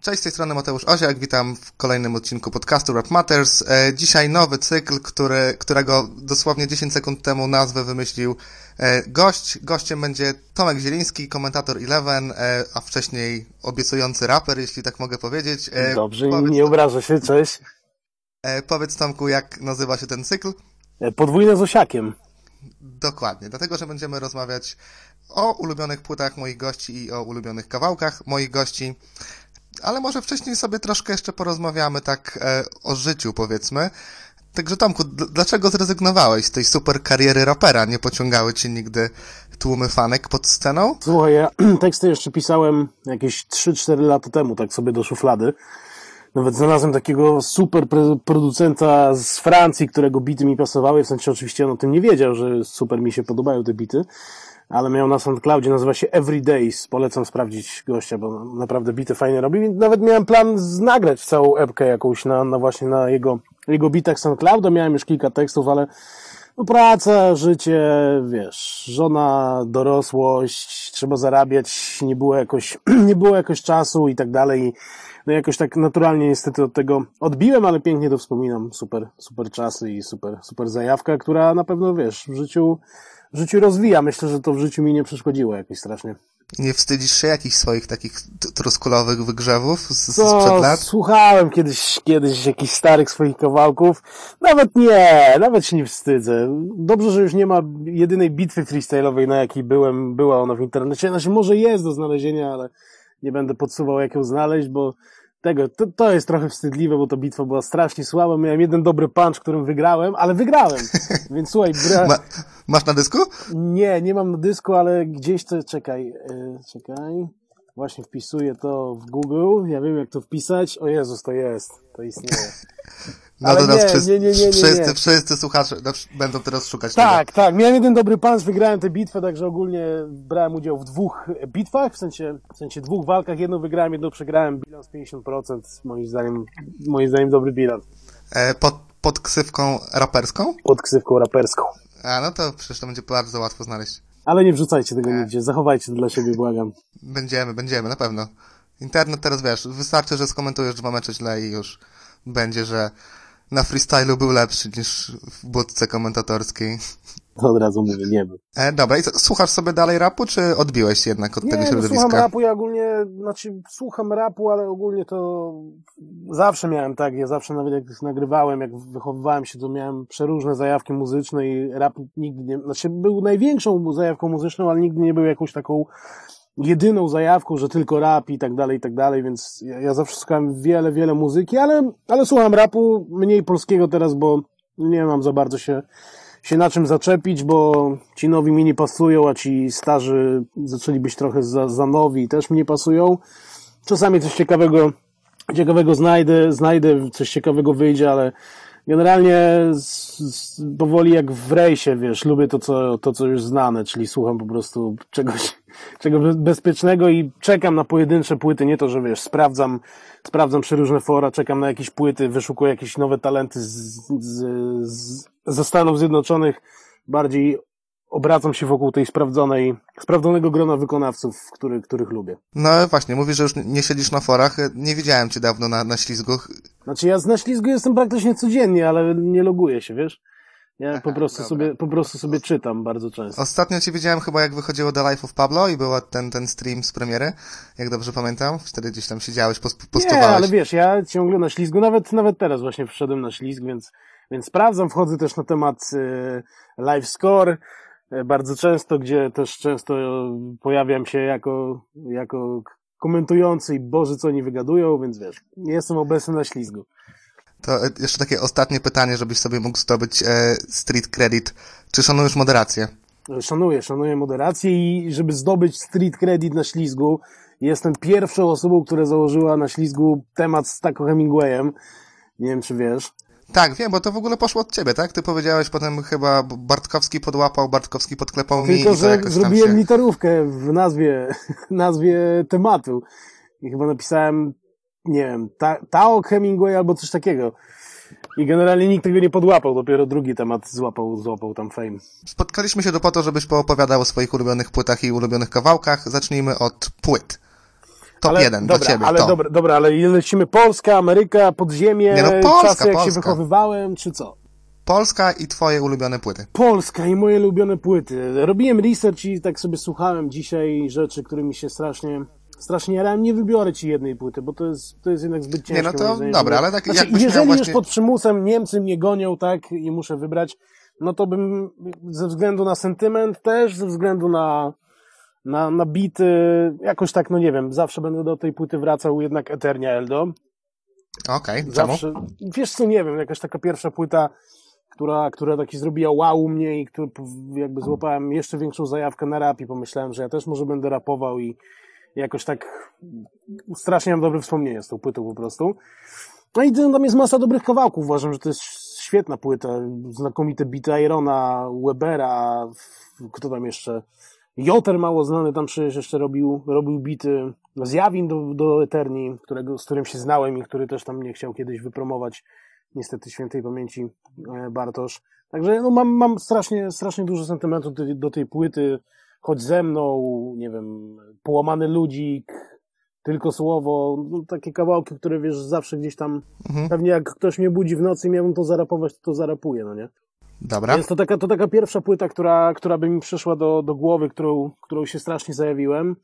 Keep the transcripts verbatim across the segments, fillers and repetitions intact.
Cześć, z tej strony Mateusz Oziak, witam w kolejnym odcinku podcastu Rap Matters. E, dzisiaj nowy cykl, który, którego dosłownie dziesięć sekund temu nazwę wymyślił e, gość. Gościem będzie Tomek Zieliński, komentator Eleven, e, a wcześniej obiecujący raper, jeśli tak mogę powiedzieć. E, Dobrze, powiedz, nie obrażę się, cześć. E, powiedz Tomku, jak nazywa się ten cykl? Podwójne z Osiakiem. Dokładnie, dlatego, że będziemy rozmawiać o ulubionych płytach moich gości i o ulubionych kawałkach moich gości. Ale może wcześniej sobie troszkę jeszcze porozmawiamy tak e, o życiu, powiedzmy. Także Tomku, d- dlaczego zrezygnowałeś z tej super kariery rapera? Nie pociągały cię nigdy tłumy fanek pod sceną? Słuchaj, ja teksty jeszcze pisałem jakieś trzy cztery lata temu, tak sobie do szuflady. Nawet znalazłem takiego super producenta z Francji, którego bity mi pasowały. W sensie oczywiście on o tym nie wiedział, że super mi się podobają te bity. Ale miał na SoundCloudzie, nazywa się Everydays. Polecam sprawdzić gościa, bo naprawdę bity fajnie robi. Nawet miałem plan nagrać całą epkę jakąś na, na właśnie na jego, jego bitach SoundClouda. Miałem już kilka tekstów, ale no praca, życie, wiesz, żona, dorosłość, trzeba zarabiać, nie było jakoś, nie było jakoś czasu i tak dalej. No jakoś tak naturalnie niestety od tego odbiłem, ale pięknie to wspominam. Super, super czasy i super, super zajawka, która na pewno, wiesz, w życiu w życiu rozwija. Myślę, że to w życiu mi nie przeszkodziło jakoś strasznie. Nie wstydzisz się jakichś swoich takich t- troskulowych wygrzewów z, Co, sprzed lat? Słuchałem kiedyś, kiedyś jakichś starych swoich kawałków. Nawet nie, nawet się nie wstydzę. Dobrze, że już nie ma jedynej bitwy freestyle'owej, na jakiej byłem, była ona w internecie. Znaczy, może jest do znalezienia, ale nie będę podsuwał, jak ją znaleźć, bo tego, to, to jest trochę wstydliwe, bo ta bitwa była strasznie słaba. Miałem jeden dobry punch, którym wygrałem, ale wygrałem. Więc słuchaj, bra... Ma, masz na dysku? Nie, nie mam na dysku, ale gdzieś to, czekaj, yy, czekaj. Właśnie wpisuję to w Google. Ja wiem, jak to wpisać. O Jezus, to jest. To istnieje. No ale to nas nie, wszyscy, nie, nie, nie, nie, wszyscy, nie. wszyscy słuchacze będą teraz szukać Tak, tego. tak. Miałem jeden dobry punch, wygrałem tę bitwę, także ogólnie brałem udział w dwóch bitwach, w sensie, w sensie dwóch walkach. Jedną wygrałem, jedną przegrałem. Bilans pięćdziesiąt procent. Moim zdaniem, moim zdaniem dobry bilans. E, pod, pod ksywką raperską? Pod ksywką raperską. A, no to przecież to będzie bardzo łatwo znaleźć. Ale nie wrzucajcie tego nigdzie. Zachowajcie to dla siebie, błagam. Będziemy, będziemy, na pewno. Internet teraz, wiesz, wystarczy, że skomentujesz dwa mecze źle i już będzie, że na freestylu był lepszy niż w budce komentatorskiej. Od razu mówię, nie był. E, dobra, i co, słuchasz sobie dalej rapu, czy odbiłeś się jednak od nie, tego no, środowiska? słucham rapu, ja ogólnie, znaczy słucham rapu, ale ogólnie to zawsze miałem tak, ja zawsze nawet jak nagrywałem, jak wychowywałem się, to miałem przeróżne zajawki muzyczne i rap nigdy nie, znaczy był największą zajawką muzyczną, ale nigdy nie był jakąś taką jedyną zajawką, że tylko rap i tak dalej, i tak dalej, więc ja, ja zawsze słuchałem wiele, wiele muzyki, ale, ale słucham rapu, mniej polskiego teraz, bo nie mam za bardzo się się na czym zaczepić, bo ci nowi mi nie pasują, a ci starzy zaczęli być trochę za, za nowi i też mi nie pasują. Czasami coś ciekawego, ciekawego znajdę, znajdę, coś ciekawego wyjdzie, ale generalnie z, z, powoli jak w rejsie, wiesz, lubię to co, to, co już znane, czyli słucham po prostu czegoś, czegoś bezpiecznego i czekam na pojedyncze płyty, nie to, że wiesz, sprawdzam, sprawdzam przeróżne fora, czekam na jakieś płyty, wyszukuję jakieś nowe talenty z, z, z, ze Stanów Zjednoczonych, bardziej obracam się wokół tej sprawdzonej, sprawdzonego grona wykonawców, który, których lubię. No właśnie, mówisz, że już nie siedzisz na forach, nie widziałem cię dawno na, na ślizgu. Znaczy ja na ślizgu jestem praktycznie codziennie, ale nie loguję się, wiesz? Ja Aha, po prostu dobra. sobie, po prostu sobie czytam bardzo często. Ostatnio cię widziałem chyba jak wychodziło The Life of Pablo i był ten, ten stream z premiery, jak dobrze pamiętam. Wtedy gdzieś tam siedziałeś, post- postowałeś. Nie, ale wiesz, ja ciągle na ślizgu, nawet, nawet teraz właśnie wszedłem na ślizg, więc, więc sprawdzam, wchodzę też na temat y, live score, y, bardzo często, gdzie też często pojawiam się jako, jako komentujący i Boże, co oni wygadują, więc wiesz, nie jestem obecny na ślizgu. To jeszcze takie ostatnie pytanie, żebyś sobie mógł zdobyć e, street credit. Czy szanujesz moderację? Szanuję, szanuję moderację i żeby zdobyć street credit na ślizgu, jestem pierwszą osobą, która założyła na ślizgu temat z Taco Hemingwayem. Nie wiem, czy wiesz. Tak, wiem, bo to w ogóle poszło od ciebie, tak? Ty powiedziałeś potem chyba Bartkowski podłapał, Bartkowski podklepał mi. Tylko, i to że jakoś tam zrobiłem się... literówkę w nazwie, nazwie tematu i chyba napisałem, nie wiem, ta, Tao Hemingway albo coś takiego. I generalnie nikt tego nie podłapał, dopiero drugi temat złapał, złapał tam fame. Spotkaliśmy się tu po to, żebyś poopowiadał o swoich ulubionych płytach i ulubionych kawałkach. Zacznijmy od płyt. top ale, jeden dobra, dla ciebie. Ale to. dobra, dobra, ale lecimy Polska, Ameryka, podziemie, Nie no, Polska, czasy jak Polska. się wychowywałem, czy co? Polska i twoje ulubione płyty. Polska i moje ulubione płyty. Robiłem research i tak sobie słuchałem dzisiaj rzeczy, którymi się strasznie, strasznie jarałem. Nie wybiorę ci jednej płyty, bo to jest, to jest jednak zbyt ciężkie. Nie no to zdaniem, dobra, żeby... ale tak znaczy, jakbyś jeżeli miał właśnie... już pod przymusem Niemcy mnie gonią, tak, i muszę wybrać, no to bym ze względu na sentyment też, ze względu na, na, na bity, jakoś tak, no nie wiem, zawsze będę do tej płyty wracał, jednak Eternia Eldo. Okej, okay, zawsze, czemu? Wiesz co, nie wiem, jakaś taka pierwsza płyta, która, która taki zrobiła wow u mnie i który jakby złapałem jeszcze większą zajawkę na rap i pomyślałem, że ja też może będę rapował i jakoś tak strasznie mam dobre wspomnienia z tą płytą po prostu. No i tam jest masa dobrych kawałków, uważam, że to jest świetna płyta, znakomite bity Irona, Webera, kto tam jeszcze, Joter mało znany tam przecież jeszcze robił, robił bity, Zjawin do, do Eternii, którego, z którym się znałem i który też tam mnie chciał kiedyś wypromować, niestety świętej pamięci Bartosz. Także no mam, mam strasznie, strasznie dużo sentymentu do, do tej płyty, choć ze mną, nie wiem, Połamany ludzik, Tylko słowo, no, takie kawałki, które wiesz, zawsze gdzieś tam, mhm. pewnie jak ktoś mnie budzi w nocy i miałbym to zarapować, to to zarapuję, no nie? Dobra. Więc to taka, to taka pierwsza płyta, która, która by mi przyszła do, do głowy, którą, którą się strasznie zajawiłem.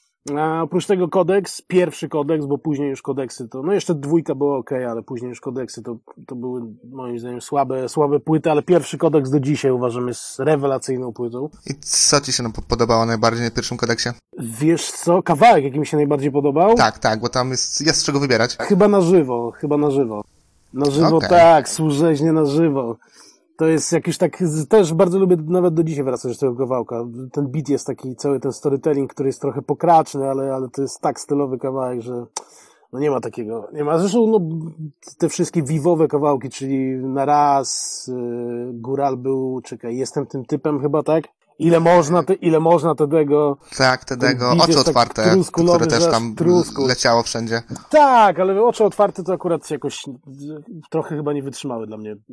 A oprócz tego Kodeks, pierwszy Kodeks, bo później już Kodeksy to, no jeszcze dwójka była okej, okay, ale później już Kodeksy to, to były moim zdaniem słabe, słabe płyty, ale pierwszy Kodeks do dzisiaj uważam jest rewelacyjną płytą. I co ci się podobało najbardziej na pierwszym Kodeksie? Wiesz co, kawałek jaki mi się najbardziej podobał? Tak, tak, bo tam jest, jest z czego wybierać. Chyba na żywo, chyba na żywo. Na żywo okay. Tak, służeźnie na żywo. To jest jakiś tak, też bardzo lubię nawet do dzisiaj wracać do tego kawałka. Ten beat jest taki, cały ten storytelling, który jest trochę pokraczny, ale, ale to jest tak stylowy kawałek, że no nie ma takiego, nie ma. Zresztą no, te wszystkie wiwowe kawałki, czyli Na raz, yy, Góral był, czekaj, Jestem tym typem chyba, tak? Ile można, te, ile można tego. Tak, tego, Oczy otwarte, tak które też tam trusku. leciało wszędzie. Tak, ale Oczy otwarte to akurat jakoś trochę chyba nie wytrzymały dla mnie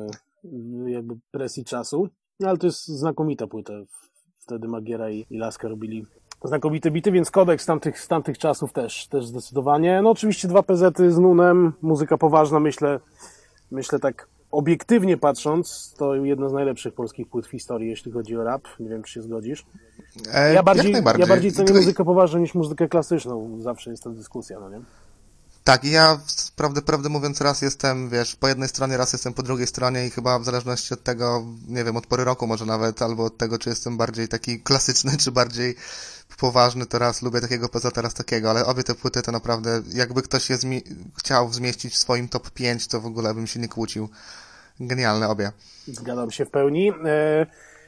yy, jakby presji czasu. No ale to jest znakomita płyta. Wtedy Magiera i, i Laska robili znakomite bity, więc Kodeks z tamtych, z tamtych czasów też, też zdecydowanie. No oczywiście dwa P Z-y z Nunem, muzyka poważna, myślę, myślę tak obiektywnie patrząc, to jedna z najlepszych polskich płyt w historii, jeśli chodzi o rap. Nie wiem, czy się zgodzisz. E, ja, bardziej, ja bardziej cenię to... muzykę poważną niż muzykę klasyczną. Zawsze jest to dyskusja, no nie? Tak, i ja prawdę, prawdę mówiąc raz jestem, wiesz, po jednej stronie, raz jestem po drugiej stronie i chyba w zależności od tego, nie wiem, od pory roku może nawet, albo od tego, czy jestem bardziej taki klasyczny, czy bardziej poważny, to raz lubię takiego poza teraz takiego, ale obie te płyty to naprawdę, jakby ktoś je zmi- chciał zmieścić w swoim top pięć, to w ogóle bym się nie kłócił. Genialne obie. Zgadzam się w pełni. E,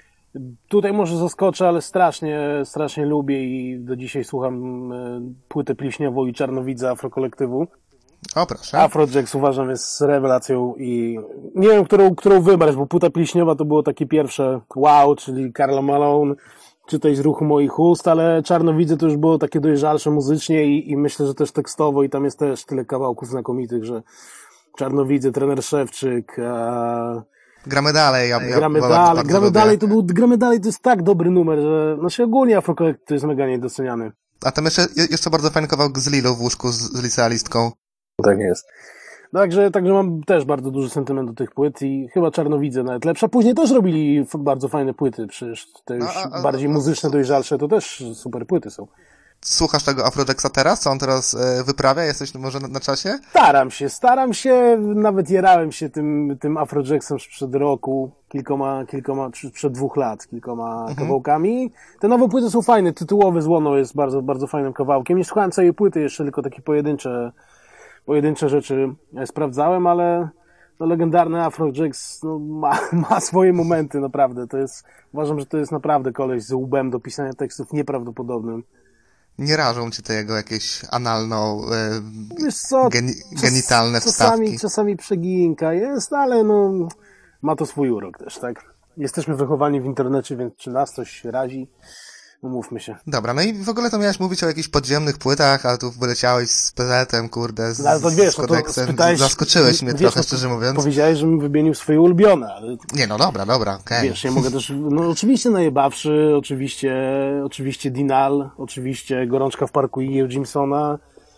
tutaj może zaskoczę, ale strasznie, strasznie lubię i do dzisiaj słucham e, płytę Pliśniową i Czarnowidza Afrokolektywu. O, proszę. Afrojax uważam jest rewelacją i nie wiem, którą, którą wybrać, bo płyta Pliśniowa to było takie pierwsze wow, czyli Karla Malone, Czytaj z ruchu moich ust, ale Czarnowidze to już było takie dojrzalsze muzycznie i, i myślę, że też tekstowo i tam jest też tyle kawałków znakomitych, że Czarnowidze, Trener Szewczyk, a... Gramy dalej, ja, ja gramy dalej, gramy lubię. dalej, to był, gramy dalej to jest tak dobry numer, że znaczy ogólnie Afrokolekt to jest mega niedoceniany. A tam jeszcze, jeszcze bardzo fajny kawałek z Lilą w łóżku z, z licealistką. Tak jest. Także, także mam też bardzo duży sentyment do tych płyt i chyba Czarnowidze nawet lepsze. Później też robili f- bardzo fajne płyty, przecież te już a, a, bardziej a, muzyczne, dojrzalsze, to też super płyty są. Słuchasz tego Afrojaxa teraz? Co on teraz e, wyprawia? Jesteś może na, na czasie? Staram się, staram się, nawet jarałem się tym, tym Afrojacksem sprzed roku, kilkoma, kilkoma, przed dwóch lat, kilkoma mhm. kawałkami. Te nowe płyty są fajne, tytułowy Złono jest bardzo, bardzo fajnym kawałkiem. Nie słuchałem całej płyty, jeszcze tylko takie pojedyncze, pojedyncze rzeczy sprawdzałem, ale no, legendarny Afrojax no, ma, ma swoje momenty, naprawdę. To jest, uważam, że to jest naprawdę koleś z łbem do pisania tekstów nieprawdopodobnym. Nie rażą cię te jego jakieś analno e, Wiesz co, geni, genitalne czas, wstawki? Czasami, czasami przeginka jest, ale no ma to swój urok też, tak? Jesteśmy wychowani w internecie, więc czy nas coś razi? Umówmy się. Dobra, no i w ogóle to miałeś mówić o jakichś podziemnych płytach, a tu wyleciałeś z P Z-em, kurde, z, no, ale to wiesz, z kodeksem. No to spytałeś, zaskoczyłeś mnie wiesz, trochę, no szczerze mówiąc. Powiedziałeś, żebym wymienił swoje ulubione, ale... Nie, no dobra, dobra, okej. Okay. Wiesz, ja mogę też, no oczywiście Najebawszy, oczywiście, oczywiście Dinal, oczywiście Gorączka w parku Iggy Jimsona.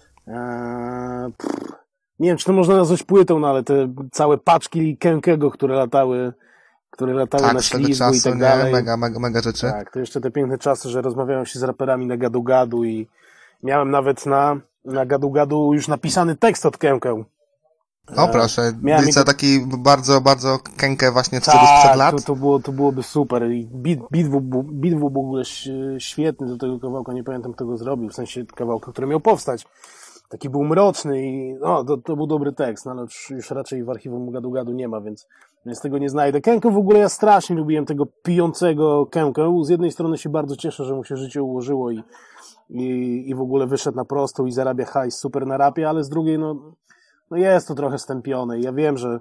Eee, nie wiem, czy to można nazwać płytą, no ale te całe paczki Kenkego, które latały, które latały tak, na ślizgu czasu, i tak nie? dalej. Mega, mega, mega rzeczy. Tak, to jeszcze te piękne czasy, że rozmawiałem się z raperami na gadu-gadu i miałem nawet na, na gadu-gadu już napisany tekst od Kenkę. O proszę, Miałem co go... taki bardzo, bardzo Kenkę właśnie w stylu tak, sprzed lat? To, to, było, to byłoby super. I beat, beat, był, beat był w ogóle świetny do tego kawałka, nie pamiętam kto go zrobił, w sensie kawałka, który miał powstać. Taki był mroczny i no, to, to był dobry tekst, no, ale już, już raczej w archiwum gadu-gadu nie ma, więc, więc tego nie znajdę. Kenkę w ogóle ja strasznie lubiłem tego pijącego Kenkę. Z jednej strony się bardzo cieszę, że mu się życie ułożyło i, i, i w ogóle wyszedł na prostą i zarabia hajs super na rapie, ale z drugiej no, no jest to trochę stępione. Ja wiem, że,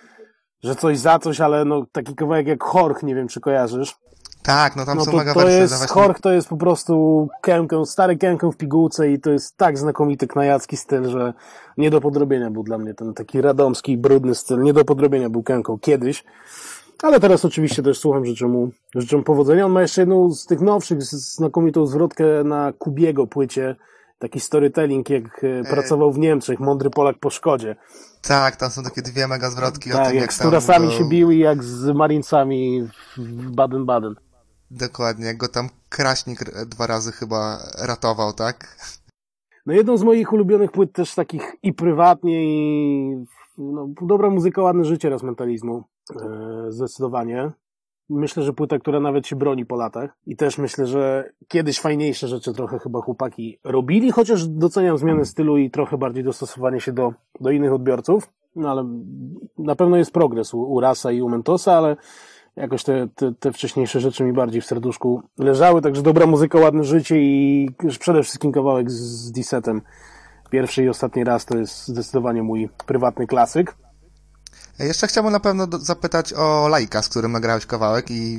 że coś za coś, ale no taki kawałek jak Horch, nie wiem czy kojarzysz. Tak, no tam no są to, mega to wersje. jest, właśnie... Horch to jest po prostu Kenkę, stary Kenkę w pigułce i to jest tak znakomity knajacki styl, że nie do podrobienia był dla mnie ten taki radomski, brudny styl. Nie do podrobienia był Kenką kiedyś, ale teraz oczywiście też słucham, życzę mu, życzę mu powodzenia. On ma jeszcze jedną z tych nowszych, znakomitą zwrotkę na Kubiego płycie, taki storytelling, jak e... pracował w Niemczech, Mądry Polak po szkodzie. Tak, tam są takie dwie mega zwrotki. Tak, o tym, jak, jak z Turasami go... się bił i jak z Marincami w Baden-Baden. Dokładnie, jak go tam Kraśnik dwa razy chyba ratował, tak? No jedną z moich ulubionych płyt też takich i prywatnie i no, dobra muzyka, ładne życie raz mentalizmu. Eee, zdecydowanie. Myślę, że płyta, która nawet się broni po latach i też myślę, że kiedyś fajniejsze rzeczy trochę chyba chłopaki robili, chociaż doceniam zmianę stylu i trochę bardziej dostosowanie się do, do innych odbiorców, no ale na pewno jest progres u, u Rasa i u Mentosa, ale jakoś te, te, te wcześniejsze rzeczy mi bardziej w serduszku leżały, także dobra muzyka, ładne życie i przede wszystkim kawałek z, z Disetem. Pierwszy i ostatni raz to jest zdecydowanie mój prywatny klasyk. Jeszcze chciałbym na pewno do, zapytać o Laika, z którym nagrałeś kawałek i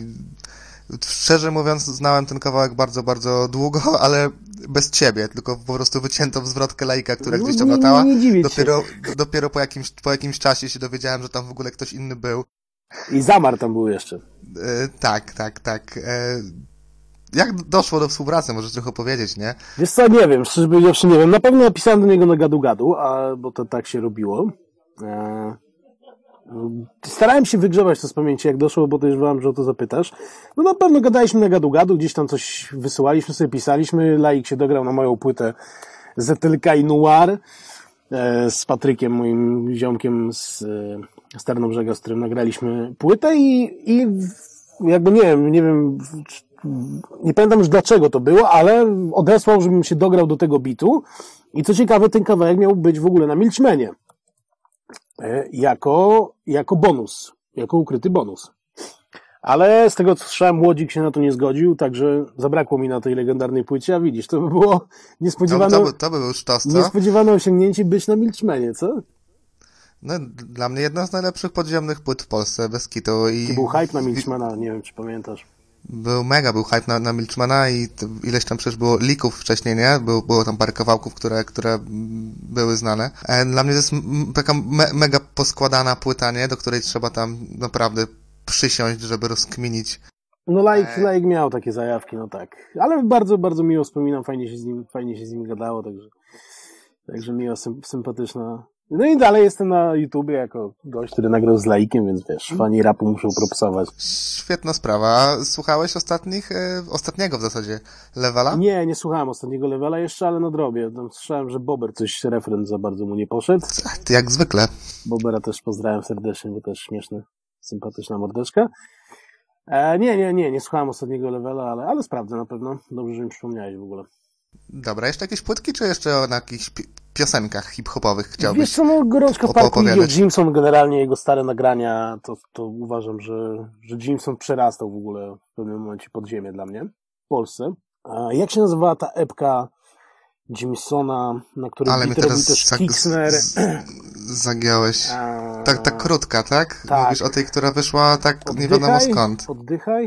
szczerze mówiąc znałem ten kawałek bardzo, bardzo długo, ale bez ciebie, tylko po prostu wycięto zwrotkę Laika, która no, gdzieś tam nie, latała. Nie, nie dopiero, dopiero po jakimś, po jakimś czasie się dowiedziałem, że tam w ogóle ktoś inny był. I Zamar tam był jeszcze. E, tak, tak, tak. E, jak doszło do współpracy? Możesz trochę powiedzieć, nie? Wiesz co, nie wiem, szczerze powiedziawszy nie wiem. Na pewno napisałem do niego na gadu-gadu, a, bo to tak się robiło. E, starałem się wygrzebać to z pamięci, jak doszło, bo podejrzewałem, że o to zapytasz. No na pewno gadaliśmy na gadu-gadu, gdzieś tam coś wysyłaliśmy sobie, pisaliśmy. Laik się dograł na moją płytę Zetylka i Noir e, z Patrykiem, moim ziomkiem z e, Starnobrzega, z którym nagraliśmy płytę i, i jakby nie wiem, nie wiem, nie pamiętam już dlaczego to było, ale odesłał, żebym się dograł do tego bitu i co ciekawe, ten kawałek miał być w ogóle na Milczmenie. Jako, jako bonus, jako ukryty bonus. Ale z tego co słyszałem, Łodzik się na to nie zgodził, także zabrakło mi na tej legendarnej płycie, a widzisz, to by było niespodziewane, To, to, by, to by był sztos, co? niespodziewane osiągnięcie być na Milczmenie, co? No, dla mnie jedna z najlepszych podziemnych płyt w Polsce, bez kitu. I... To był hype na Milczmana, nie wiem czy pamiętasz. Był mega, był hype na, na Milczmana i to, ileś tam przecież było leaków wcześniej, nie? Było, było tam parę kawałków, które, które były znane. E, dla mnie to jest m, taka me, mega poskładana płyta, nie? Do której trzeba tam naprawdę przysiąść, żeby rozkminić. No Laik, e... Laik miał takie zajawki, no tak. Ale bardzo, bardzo miło wspominam, fajnie się z nim, fajnie się z nim gadało, także, także miła, sympatyczna. No i dalej jestem na YouTubie jako gość, który nagrał z Laikiem, więc wiesz, fani rapu muszą propsować. Świetna sprawa. Słuchałeś ostatnich, e, ostatniego w zasadzie Levela? Nie, nie słuchałem ostatniego Levela jeszcze, ale nadrobię. Tam słyszałem, że Bober coś, referent za bardzo mu nie poszedł. Ty jak zwykle. Bobera też pozdrawiam serdecznie, bo też śmieszny, sympatyczna mordeczka. E, nie, nie, nie, nie słuchałem ostatniego Levela, ale, ale sprawdzę na pewno. Dobrze, że mi przypomniałeś w ogóle. Dobra, jeszcze jakieś płytki, czy jeszcze o na jakichś pi- piosenkach hip-hopowych chciałbyś? Wiesz co, no Gorączka w parku Iggy Jimson, generalnie jego stare nagrania, to, to uważam, że, że Jimson przerastał w ogóle w pewnym momencie podziemie dla mnie w Polsce. A jak się nazywała ta epka Jimsona, na której beat robił też za- Kixner? z- z- Zagiąłeś. A... Tak, tak krótka, tak? Tak. Mówisz o tej, która wyszła tak Oddychaj, nie wiadomo skąd. Oddychaj?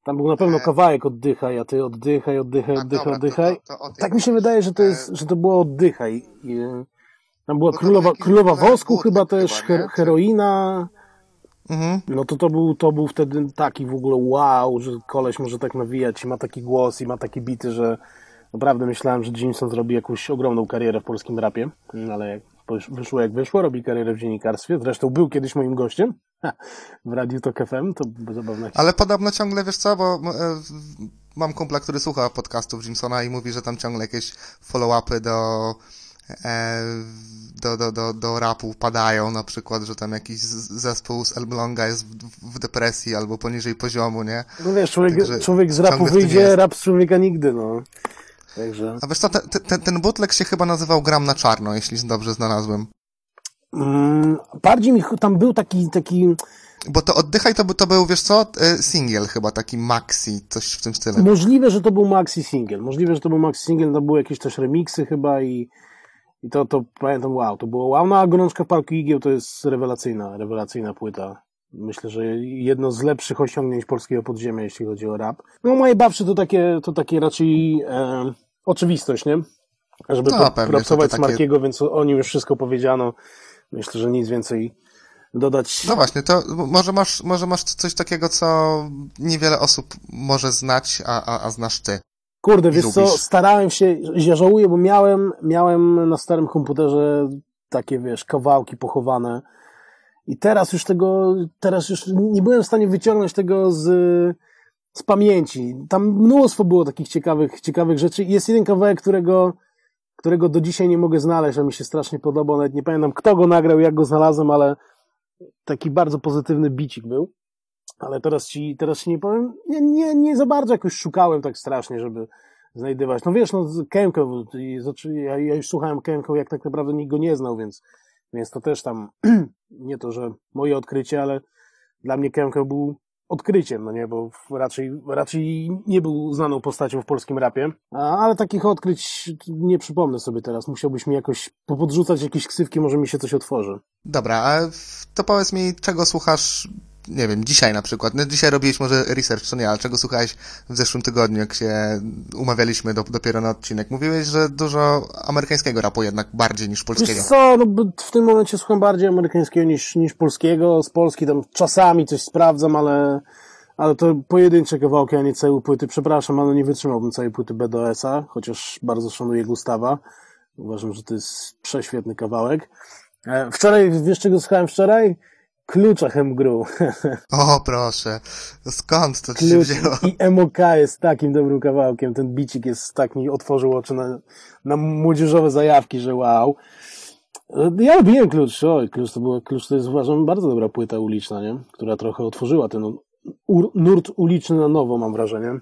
Tam był na pewno kawałek Oddychaj, a ty oddychaj, oddychaj, oddychaj, oddychaj. To, to, to tak mi się wydaje, że to jest, że to było Oddychaj. I, tam była no Królowa, Królowa Wosku chyba też, chyba, her, Heroina. Mhm. No to to był, to był wtedy taki w ogóle wow, że koleś może tak nawijać i ma taki głos i ma takie bity, że naprawdę myślałem, że Jimson zrobi jakąś ogromną karierę w polskim rapie, ale jak wyszło jak wyszło, robi karierę w dziennikarstwie. Zresztą był kiedyś moim gościem ha, w Radiu Tok F M, to zabawne. Ale podobno ciągle, wiesz co, bo e, mam kumpla, który słucha podcastów Jimsona i mówi, że tam ciągle jakieś follow-upy do, e, do, do, do, do rapu padają, na przykład, że tam jakiś zespół z Elbląga jest w, w depresji albo poniżej poziomu, nie? No wiesz, człowiek, Także człowiek z rapu wyjdzie, rap z człowieka nigdy, no. Także... A wiesz co, ten, ten, ten bootleg się chyba nazywał Gram na czarno, jeśli dobrze znalazłem. Mm, bardziej mi tam był taki, taki... Bo to Oddychaj to, to był, wiesz co, singiel chyba, taki maxi, coś w tym stylu. Możliwe, że to był maxi singiel. Możliwe, że to był maxi singiel, to były jakieś też remiksy chyba i, i to, to pamiętam, wow, to było wow. No a Gorączka w Parku Igieł to jest rewelacyjna, rewelacyjna płyta. Myślę, że jedno z lepszych osiągnięć polskiego podziemia, jeśli chodzi o rap. No moje bawsze to takie, to takie raczej e, oczywistość, nie? Żeby no, po, pracować takie... Smarkiego, więc o nim już wszystko powiedziano. Myślę, że nic więcej dodać. No właśnie, to może masz, może masz coś takiego, co niewiele osób może znać, a, a, a znasz ty. Kurde, wiesz co, starałem się, ja żałuję, bo miałem, miałem na starym komputerze takie, wiesz, kawałki pochowane i teraz już tego, teraz już nie byłem w stanie wyciągnąć tego z, z pamięci. Tam mnóstwo było takich ciekawych, ciekawych rzeczy. Jest jeden kawałek, którego którego do dzisiaj nie mogę znaleźć, a mi się strasznie podobał. Nawet nie pamiętam, kto go nagrał, jak go znalazłem, ale taki bardzo pozytywny bicik był. Ale teraz ci, teraz ci nie powiem, nie, nie, nie za bardzo jakoś szukałem tak strasznie, żeby znajdywać. No wiesz, no Kemko, ja, ja już słuchałem Kemko, jak tak naprawdę nikt go nie znał, więc, więc to też tam, nie to, że moje odkrycie, ale dla mnie Kemko był odkryciem, no nie, bo raczej, raczej nie był znaną postacią w polskim rapie, a, ale takich odkryć nie przypomnę sobie teraz. Musiałbyś mi jakoś podrzucać jakieś ksywki, może mi się coś otworzy. Dobra, a to powiedz mi, czego słuchasz, nie wiem, dzisiaj na przykład. No dzisiaj robiłeś może research, to nie, ale czego słuchałeś w zeszłym tygodniu, jak się umawialiśmy do, dopiero na odcinek. Mówiłeś, że dużo amerykańskiego rapu jednak bardziej niż polskiego. Wiesz co, no w tym momencie słucham bardziej amerykańskiego niż, niż polskiego. Z Polski tam czasami coś sprawdzam, ale, ale to pojedyncze kawałki, a nie całe płyty. Przepraszam, ale nie wytrzymałbym całej płyty B D S a, chociaż bardzo szanuję Gustawa. Uważam, że to jest prześwietny kawałek. Wczoraj, wiesz czego słuchałem wczoraj? Klucza Hemgru. O, proszę. Skąd to ci się wzięło? I M O K jest takim dobrym kawałkiem. Ten bicik jest tak, mi otworzył oczy na, na młodzieżowe zajawki, że wow. Ja lubiłem Klucz. Oj, Klucz to była, Klucz to jest, uważam, bardzo dobra płyta uliczna, nie? Która trochę otworzyła ten ur, nurt uliczny na nowo, mam wrażenie.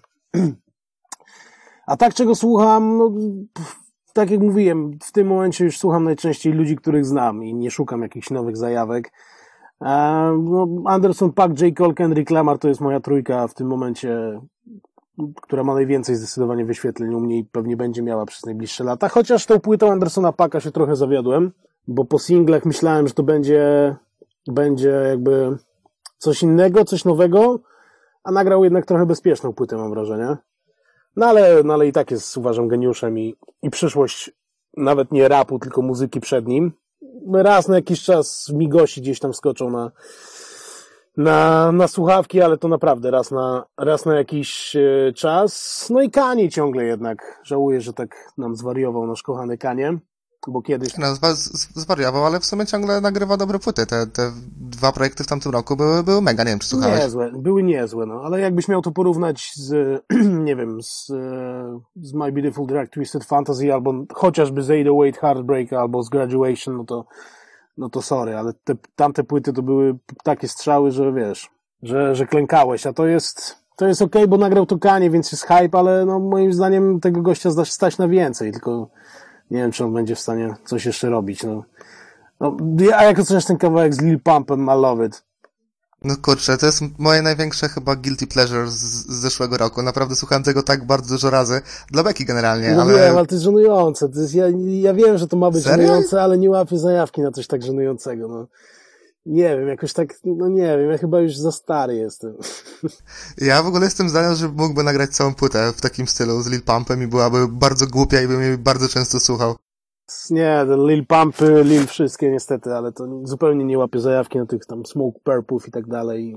A tak, czego słucham, no, tak jak mówiłem, w tym momencie już słucham najczęściej ludzi, których znam i nie szukam jakichś nowych zajawek. No, Anderson .Paak, J. Cole, Kendrick Lamar to jest moja trójka w tym momencie, która ma najwięcej zdecydowanie wyświetleń u mnie i pewnie będzie miała przez najbliższe lata, chociaż tą płytą Andersona .Paaka się trochę zawiodłem, bo po singlach myślałem, że to będzie będzie jakby coś innego, coś nowego, a nagrał jednak trochę bezpieczną płytę, mam wrażenie. No ale, no ale i tak jest, uważam, geniuszem i, i przyszłość nawet nie rapu, tylko muzyki przed nim. Raz na jakiś czas migosi gdzieś tam skoczą na, na, na słuchawki, ale to naprawdę raz na, raz na jakiś e, czas. No i Kanye ciągle jednak. Żałuję, że tak nam zwariował nasz kochany Kanye, bo kiedyś... No, zwariował, ale w sumie ciągle nagrywa dobre płyty. Te, te dwa projekty w tamtym roku były, były mega, nie wiem, czy słuchałeś? Niezłe, były niezłe, no, ale jakbyś miał to porównać z, nie wiem, z, z My Beautiful Dark Twisted Fantasy, albo chociażby z eight oh eight Heartbreak, albo z Graduation, no to, no to sorry, ale te, tamte płyty to były takie strzały, że wiesz, że, że klękałeś, a to jest, to jest okej, okay, bo nagrał to Kanye, więc jest hype, ale no moim zdaniem tego gościa stać na więcej, tylko nie wiem, czy on będzie w stanie coś jeszcze robić, no. No, a jak oceniasz ten kawałek z Lil Pumpem, I Love It? No kurczę, to jest moje największe chyba guilty pleasure z, z zeszłego roku. Naprawdę słuchałem tego tak bardzo dużo razy. Dla beki generalnie, no ale... wiem, ale to jest żenujące. To jest, ja, ja wiem, że to ma być Serio? żenujące, ale nie łapię zajawki na coś tak żenującego, no. nie wiem, jakoś tak, no nie wiem, ja chyba już za stary jestem. Ja w ogóle jestem zdania, że mógłby nagrać całą płytę w takim stylu z Lil Pumpem i byłaby bardzo głupia i bym jej bardzo często słuchał. Nie, te Lil Pumpy, Lil wszystkie niestety, ale to zupełnie nie łapie zajawki na tych tam Smoke Purpów i tak dalej.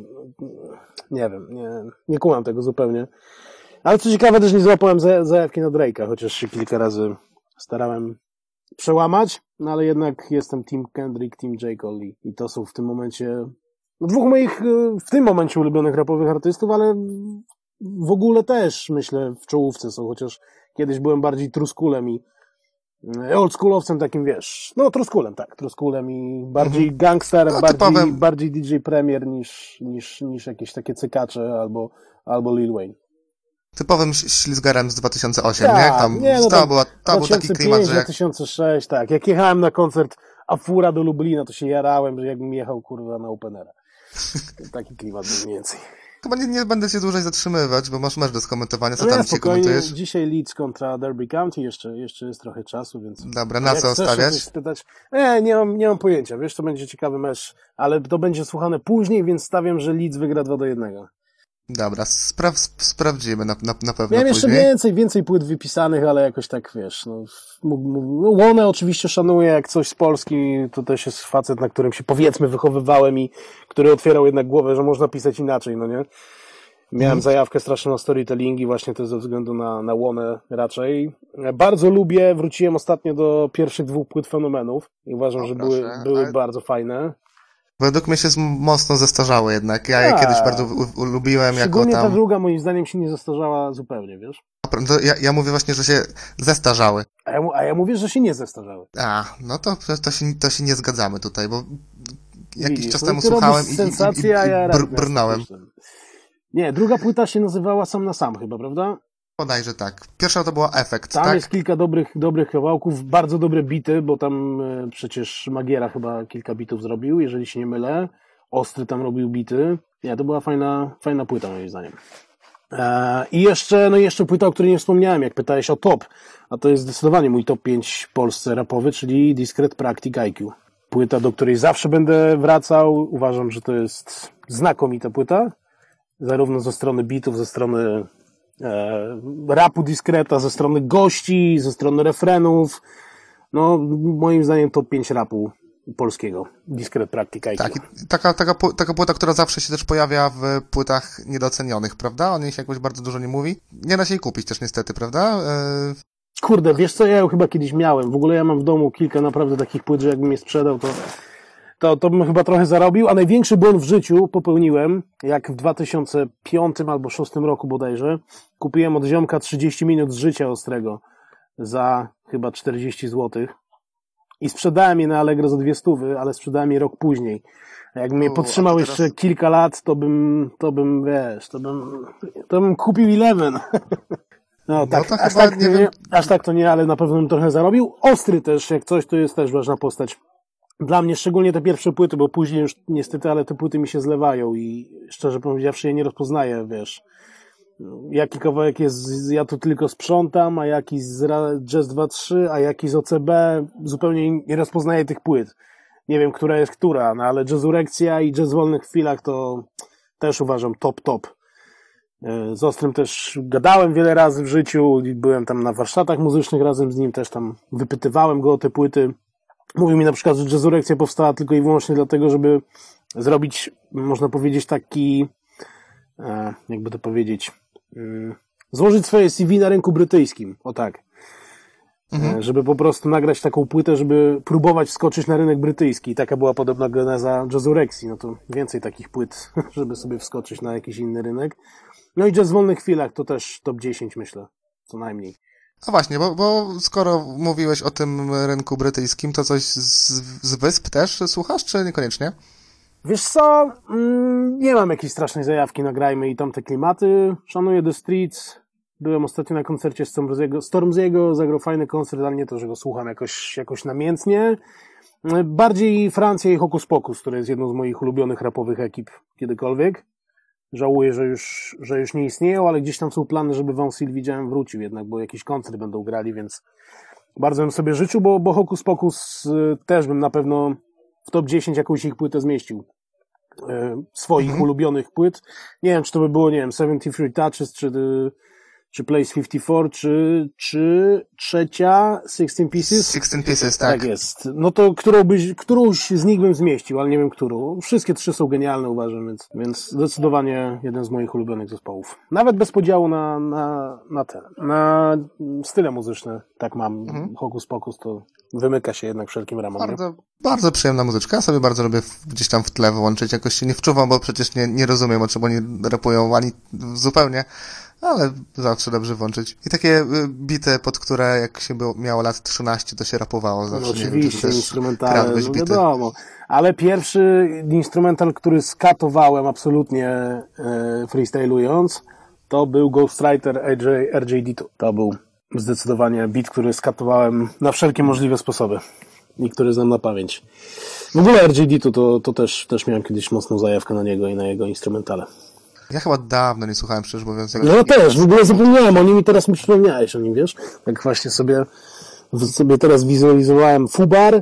Nie wiem, nie, nie kumam tego zupełnie. Ale co ciekawe, też nie złapałem zajawki na Drake'a, chociaż się kilka razy starałem przełamać, no ale jednak jestem Team Kendrick, Team J. Cole i to są w tym momencie no dwóch moich w tym momencie ulubionych rapowych artystów, ale w ogóle też myślę w czołówce są, chociaż kiedyś byłem bardziej truskulem i oldschoolowcem takim, wiesz, no truskulem, tak, truskulem i bardziej mhm. gangsterem, no, bardziej, typowym... bardziej D J Premier niż, niż, niż jakieś takie cykacze albo, albo Lil Wayne. Typowym ślizgarem z dwa tysiące osiem, tak, nie? Tam, nie, no to, była, to był taki klimat, że jak... dwa tysiące sześć, tak. Jak jechałem na koncert Afura do Lublina, to się jarałem, że jakbym jechał, kurwa, na Openera. Taki klimat był mniej więcej. Chyba nie, nie będę się dłużej zatrzymywać, bo masz mecz do skomentowania. Co no tam ja, dzisiaj komentujesz? Dzisiaj Leeds kontra Derby County, jeszcze, jeszcze jest trochę czasu, więc... Dobra, na co stawiać? Spytać... E, nie mam, nie mam pojęcia, wiesz, to będzie ciekawy mecz, ale to będzie słuchane później, więc stawiam, że Leeds wygra dwa do jednego. Dobra, spra- sprawdzimy na, na, na pewno Miałem później. jeszcze więcej, więcej płyt wypisanych, ale jakoś tak, wiesz, no, no Łonę oczywiście szanuję, jak coś z Polski, to też jest facet, na którym się powiedzmy wychowywałem i który otwierał jednak głowę, że można pisać inaczej, no nie? Miałem hmm. zajawkę straszną na storytellingi, właśnie to ze względu na, na Łonę raczej. Bardzo lubię, wróciłem ostatnio do pierwszych dwóch płyt Fenomenów i uważam, o, że proszę, były, były ale... bardzo fajne. Według mnie się mocno zestarzały jednak. Ja je A, kiedyś bardzo u- lubiłem jako tam... Szczególnie ta druga moim zdaniem się nie zestarzała zupełnie, wiesz? Ja, ja mówię właśnie, że się zestarzały. A ja, a ja mówię, że się nie zestarzały. A, no to, to, się, to się nie zgadzamy tutaj, bo jakiś Widzisz, czas no temu słuchałem i, sensacja, i, i, i ja br- brnąłem. Nie, druga płyta się nazywała Sam na Sam chyba, prawda? Bodajże tak. Pierwsza to była Efekt, tam tak? jest kilka dobrych, dobrych kawałków, bardzo dobre bity, bo tam e, przecież Magiera chyba kilka bitów zrobił, jeżeli się nie mylę. Ostry tam robił bity. Nie, to była fajna, fajna płyta moim zdaniem. E, I jeszcze, no jeszcze płyta, o której nie wspomniałem, jak pytałeś o top, a to jest zdecydowanie mój top pięć w Polsce rapowy, czyli Discret Practic I Q. Płyta, do której zawsze będę wracał. Uważam, że to jest znakomita płyta. Zarówno ze strony bitów, ze strony e, rapu Discreta, ze strony gości, ze strony refrenów. No, moim zdaniem top pięć rapu polskiego. Discret Practic I Q. Tak, i taka, taka, taka płyta, która zawsze się też pojawia w płytach niedocenionych, prawda? O niej się jakoś bardzo dużo nie mówi. Nie da się jej kupić też niestety, prawda? E... Kurde, wiesz co, ja ją chyba kiedyś miałem. W ogóle ja mam w domu kilka naprawdę takich płyt, że jakbym je sprzedał, to To, to bym chyba trochę zarobił, a największy błąd w życiu popełniłem, jak w dwa tysiące piątym albo dwa tysiące szóstym roku bodajże, kupiłem od ziomka trzydzieści minut z życia ostrego za chyba czterdzieści złotych i sprzedałem je na Allegro za dwie stówy, ale sprzedałem je rok później. A jakbym je podtrzymał teraz... jeszcze kilka lat, to bym, to bym, wiesz, to bym, to bym kupił Eleven. No tak, no aż, tak nie nie, aż tak to nie, ale na pewno bym trochę zarobił. Ostry też, jak coś, to jest też ważna postać. Dla mnie szczególnie te pierwsze płyty, bo później już niestety, ale te płyty mi się zlewają i szczerze powiedziawszy je nie rozpoznaję, wiesz. Jaki kawałek jest, ja tu tylko sprzątam, a jaki z Jazz dwa trzy, a jaki z O C B, zupełnie nie rozpoznaję tych płyt. Nie wiem, która jest która, no ale Jazzurekcja i Jazz w wolnych chwilach to też uważam top, top. Z Ostrym też gadałem wiele razy w życiu, byłem tam na warsztatach muzycznych razem z nim, też tam wypytywałem go o te płyty. Mówił mi na przykład, że Jazzurekcja powstała tylko i wyłącznie dlatego, żeby zrobić, można powiedzieć, taki, jakby to powiedzieć, złożyć swoje C V na rynku brytyjskim, o tak. Mhm. Żeby po prostu nagrać taką płytę, żeby próbować wskoczyć na rynek brytyjski. I taka była podobna geneza Jazzurekcji. No to więcej takich płyt, żeby sobie wskoczyć na jakiś inny rynek. No i Jazz w wolnych chwilach to też top dziesięć, myślę, co najmniej. A właśnie, bo, bo skoro mówiłeś o tym rynku brytyjskim, to coś z, z wysp też słuchasz, czy niekoniecznie? Wiesz co, mm, nie mam jakiejś strasznej zajawki na grajmy i tamte klimaty. Szanuję The Streets. Byłem ostatnio na koncercie Stormzy'ego. Stormzy'ego zagrał fajny koncert, ale nie to, że go słucham jakoś, jakoś namiętnie. Bardziej Francja i Hokus Pokus, który jest jedną z moich ulubionych rapowych ekip kiedykolwiek. Żałuję, że już, że już nie istnieją, ale gdzieś tam są plany, żeby Vauxhall widziałem wrócił jednak, bo jakiś koncert będą grali, więc bardzo bym sobie życzył, bo, bo Hokus Pokus też bym na pewno w top dziesięć jakąś ich płytę zmieścił. Swoich mhm. ulubionych płyt. Nie wiem, czy to by było, nie wiem, siedemdziesiąt trzy Touches, czy, czy Place pięćdziesiąt cztery, czy, czy trzecia sixteen Pieces. sixteen Pieces, tak. Tak jest. No to którą byś, którąś z nich bym zmieścił, ale nie wiem którą. Wszystkie trzy są genialne, uważam, więc, więc zdecydowanie jeden z moich ulubionych zespołów. Nawet bez podziału na, na, na te, na style muzyczne. Tak mam. Mhm. Hokus Pokus to wymyka się jednak wszelkim ramom. Bardzo, bardzo przyjemna muzyczka. Ja sobie bardzo lubię w, gdzieś tam w tle wyłączyć. Jakoś się nie wczuwam, bo przecież nie, nie rozumiem, o czym oni rapują, ani zupełnie, ale zawsze dobrze włączyć. I takie bity, pod które jak się było, miało lat trzynaście, to się rapowało zawsze. No oczywiście, instrumentale, no wiadomo. Ale pierwszy instrumental, który skatowałem absolutnie e, freestylując, to był Ghostwriter R J Dito. To był zdecydowanie beat, który skatowałem na wszelkie możliwe sposoby i który znam na pamięć. W ogóle R J Dito to, to też, też miałem kiedyś mocną zajawkę na niego i na jego instrumentale. Ja chyba dawno nie słuchałem, szczerze mówiąc. Jak... No też, w ogóle zapomniałem o nim i teraz mi przypomniałeś o nim, wiesz? Tak właśnie sobie, sobie teraz wizualizowałem Fubar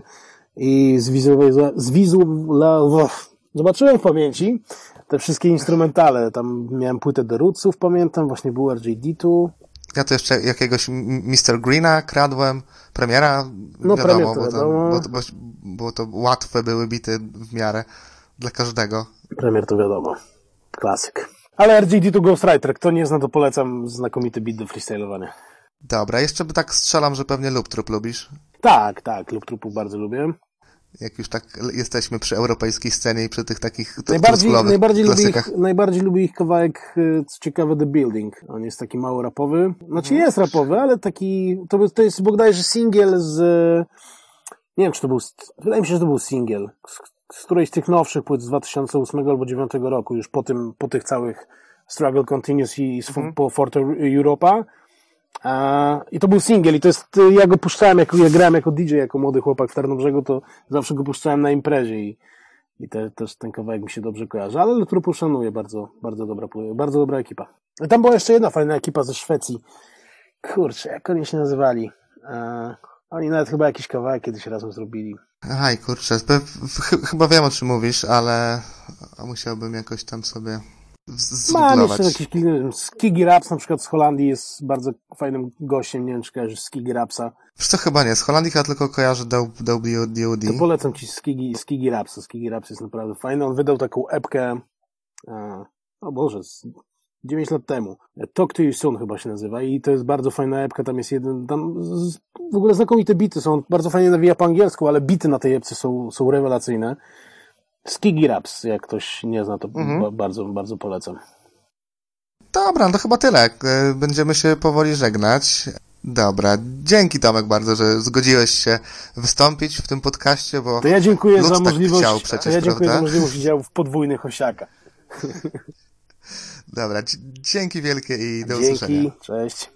i zwizualizowałem, zwizualizowałem, zobaczyłem w pamięci te wszystkie instrumentale. Tam miałem płytę The Rootsów, pamiętam, właśnie był R J Dito. Ja to jeszcze jakiegoś mister Greena kradłem, premiera, no, wiadomo, premier to bo, wiadomo. To, bo, bo to łatwe były bity w miarę dla każdego. Premier to wiadomo. Klasyk. Ale R J Dito Ghostwriter, kto nie zna, to polecam, znakomity beat do freestylowania. Dobra, jeszcze by tak strzelam, że pewnie Loop Troop lubisz. Tak, tak, Loop Troopów bardzo lubię. Jak już tak jesteśmy przy europejskiej scenie i przy tych takich najbardziej, najbardziej lubię ich, najbardziej lubię ich kawałek, co ciekawe, The Building. On jest taki mało rapowy. Znaczy hmm. jest rapowy, ale taki, to, to jest bodajże singiel z, nie wiem, czy to był, wydaje mi się, że to był singiel, z, z którejś z tych nowszych płyt z dwa tysiące ósmego albo dwa tysiące dziewiątego roku, już po tym, po tych całych Struggle Continues i hmm. po Forte Europa. I to był singiel i to jest, ja go puszczałem, jako, ja grałem jako D J, jako młody chłopak w Tarnobrzegu, to zawsze go puszczałem na imprezie i, i te, też ten kawałek mi się dobrze kojarzy, ale Lutrupu szanuję, bardzo, bardzo dobra, bardzo dobra ekipa. I tam była jeszcze jedna fajna ekipa ze Szwecji. Kurczę, jak oni się nazywali? E, oni nawet chyba jakiś kawałek kiedyś razem zrobili. Aj, kurczę, ch- chyba wiem, o czym mówisz, ale musiałbym jakoś tam sobie... Mam jeszcze jakiś Skiggy Raps na przykład z Holandii jest bardzo fajnym gościem, nie wiem czy kojarzysz Skiggy Rapsa. Wiesz co, chyba nie, z Holandii ja tylko kojarzę D O D. To polecam ci Skiggy, Skiggy Rapsa, Skiggy Raps jest naprawdę fajny, on wydał taką epkę, e, o Boże, dziewięć lat temu, Talk to You Soon chyba się nazywa i to jest bardzo fajna epka, tam jest jeden, tam z, w ogóle znakomite bity są, bardzo fajnie nawija po angielsku, ale bity na tej epce są, są rewelacyjne. Skiggy Raps, jak ktoś nie zna, to mhm. ba- bardzo, bardzo polecam. Dobra, to chyba tyle. Będziemy się powoli żegnać. Dobra, dzięki Tomek bardzo, że zgodziłeś się wystąpić w tym podcaście, bo to ja dziękuję Lud za tak możliwość, chciał przecież, to ja dziękuję prawda? za możliwość udziału w podwójnych Osiaka. Dobra, dzięki wielkie i do dzięki, usłyszenia. Cześć.